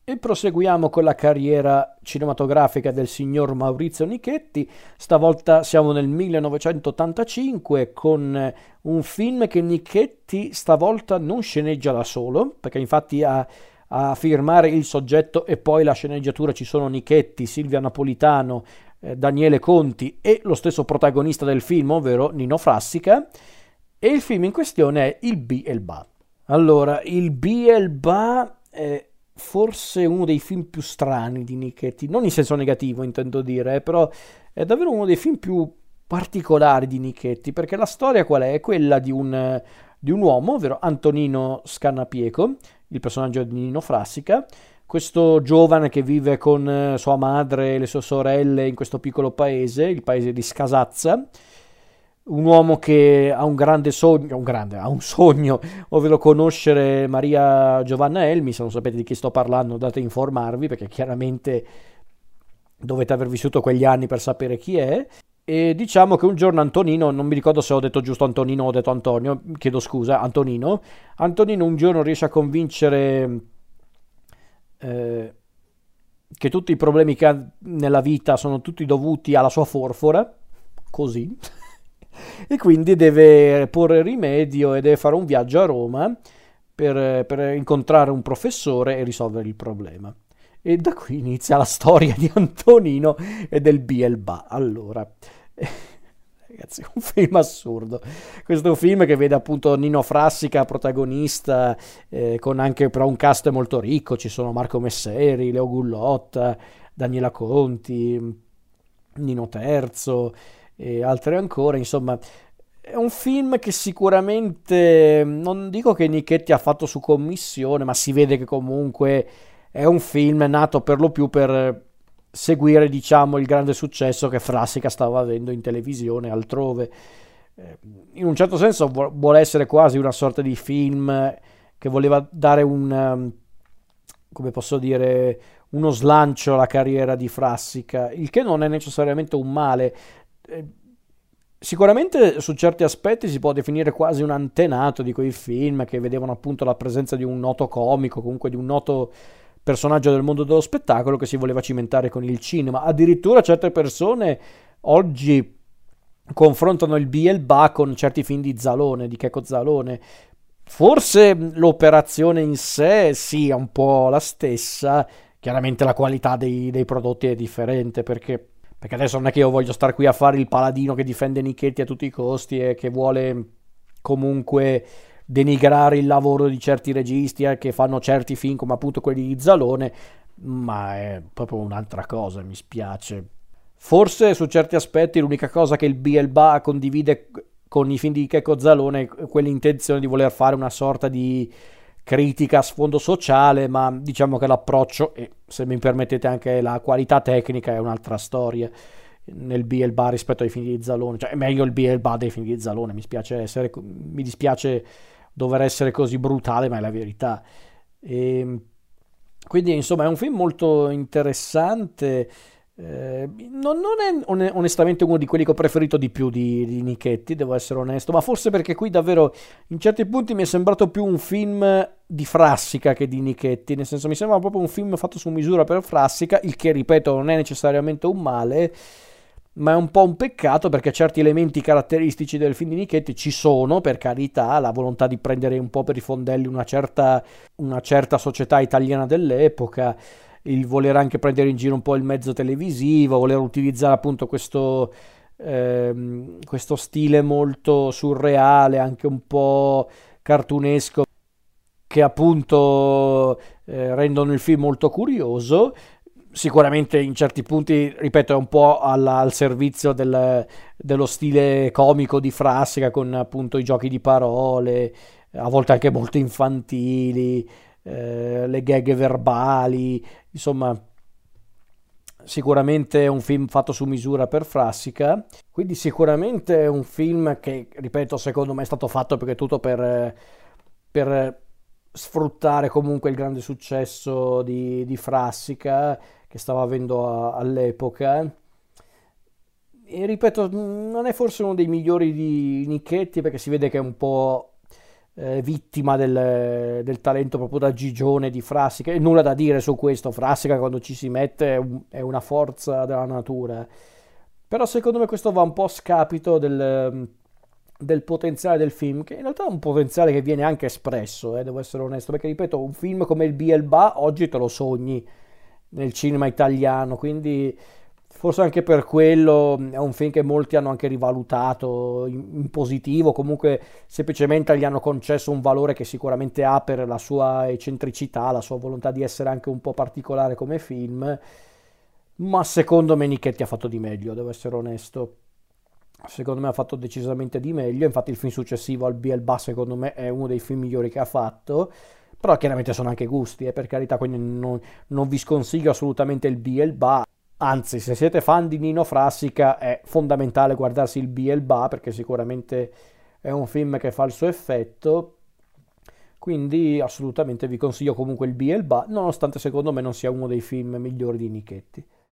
E proseguiamo con la carriera cinematografica del signor Maurizio Nichetti. Stavolta siamo nel 1985 con un film che Nichetti stavolta non sceneggia da solo, perché infatti a firmare il soggetto e poi la sceneggiatura ci sono Nichetti, Silvia Napolitano, Daniele Conti e lo stesso protagonista del film, ovvero Nino Frassica. E il film in questione è Il Bi e il Ba. Allora, Il Bi e il Ba è forse uno dei film più strani di Nichetti, non in senso negativo intendo dire, però è davvero uno dei film più particolari di Nichetti, perché la storia qual è? È quella di un uomo, ovvero Antonino Scannapieco, il personaggio di Nino Frassica, questo giovane che vive con sua madre e le sue sorelle in questo piccolo paese, il paese di Scasazza, un uomo che ha un grande sogno, ha un sogno, ovvero conoscere Maria Giovanna Elmi. Se non sapete di chi sto parlando, andate a informarvi, perché chiaramente dovete aver vissuto quegli anni per sapere chi è. E diciamo che un giorno Antonino, non mi ricordo se ho detto giusto Antonino o ho detto Antonio, chiedo scusa, Antonino un giorno riesce a convincere eh, che tutti i problemi che ha nella vita sono tutti dovuti alla sua forfora, così, e quindi deve porre rimedio e deve fare un viaggio a Roma per incontrare un professore e risolvere il problema. E da qui inizia la storia di Antonino e del Bielba. Allora, ragazzi, è un film assurdo. Questo film che vede appunto Nino Frassica protagonista, con anche però un cast molto ricco. Ci sono Marco Messeri, Leo Gullotta, Daniela Conti, Nino Terzo e altre ancora. Insomma, è un film che sicuramente non dico che Nichetti ha fatto su commissione, ma si vede che comunque è un film nato per lo più per seguire, diciamo, il grande successo che Frassica stava avendo in televisione e altrove. In un certo senso vuole essere quasi una sorta di film che voleva dare come posso dire, uno slancio alla carriera di Frassica, il che non è necessariamente un male. Eh, Sicuramente su certi aspetti si può definire quasi un antenato di quei film che vedevano appunto la presenza di un noto comico, comunque di un noto personaggio del mondo dello spettacolo che si voleva cimentare con il cinema. Addirittura certe persone oggi confrontano il B e il Ba con certi film di Zalone, di Checco Zalone. Forse l'operazione in sé sì, è un po' la stessa, chiaramente la qualità dei prodotti è differente perché adesso non è che io voglio star qui a fare il paladino che difende Nichetti a tutti i costi e che vuole comunque denigrare il lavoro di certi registi che fanno certi film come appunto quelli di Zalone, ma è proprio un'altra cosa, mi spiace. Forse su certi aspetti l'unica cosa che il Bielba condivide con i film di Checco Zalone è quell'intenzione di voler fare una sorta di critica a sfondo sociale, ma diciamo che l'approccio e se mi permettete anche la qualità tecnica è un'altra storia nel B e il Ba rispetto ai film di Zalone, cioè è meglio il B e il Ba dei film di Zalone, mi dispiace dover essere così brutale, ma è la verità. E quindi insomma è un film molto interessante. Non è onestamente uno di quelli che ho preferito di più di Nichetti, devo essere onesto, ma forse perché qui davvero in certi punti mi è sembrato più un film di Frassica che di Nichetti, nel senso mi sembra proprio un film fatto su misura per Frassica, il che ripeto non è necessariamente un male, ma è un po' un peccato perché certi elementi caratteristici del film di Nichetti ci sono, per carità, la volontà di prendere un po' per i fondelli una certa società italiana dell'epoca, il voler anche prendere in giro un po' il mezzo televisivo, voler utilizzare appunto questo stile molto surreale, anche un po' cartunesco, che appunto rendono il film molto curioso. Sicuramente in certi punti, ripeto, è un po' al servizio dello stile comico di Frassica con appunto i giochi di parole, a volte anche molto infantili, le gag verbali, insomma, sicuramente è un film fatto su misura per Frassica, quindi sicuramente è un film che, ripeto, secondo me è stato fatto perché tutto per sfruttare comunque il grande successo di Frassica che stava avendo all'epoca. E ripeto, non è forse uno dei migliori di Nichetti perché si vede che è un po' vittima del talento proprio da Gigione di Frassica. E nulla da dire su questo, Frassica quando ci si mette è una forza della natura. Però secondo me questo va un po' a scapito del potenziale del film, che in realtà è un potenziale che viene anche espresso, devo essere onesto, perché ripeto, un film come il Bielba oggi te lo sogni nel cinema italiano, quindi forse anche per quello è un film che molti hanno anche rivalutato in positivo, comunque semplicemente gli hanno concesso un valore che sicuramente ha per la sua eccentricità, la sua volontà di essere anche un po' particolare come film, ma secondo me Nichetti ha fatto di meglio, devo essere onesto. Secondo me ha fatto decisamente di meglio, infatti il film successivo al Bielba secondo me è uno dei film migliori che ha fatto, però chiaramente sono anche gusti, per carità, quindi non vi sconsiglio assolutamente il Bielba, anzi se siete fan di Nino Frassica è fondamentale guardarsi il Bielba perché sicuramente è un film che fa il suo effetto, quindi assolutamente vi consiglio comunque il Bielba, nonostante secondo me non sia uno dei film migliori di Nichetti.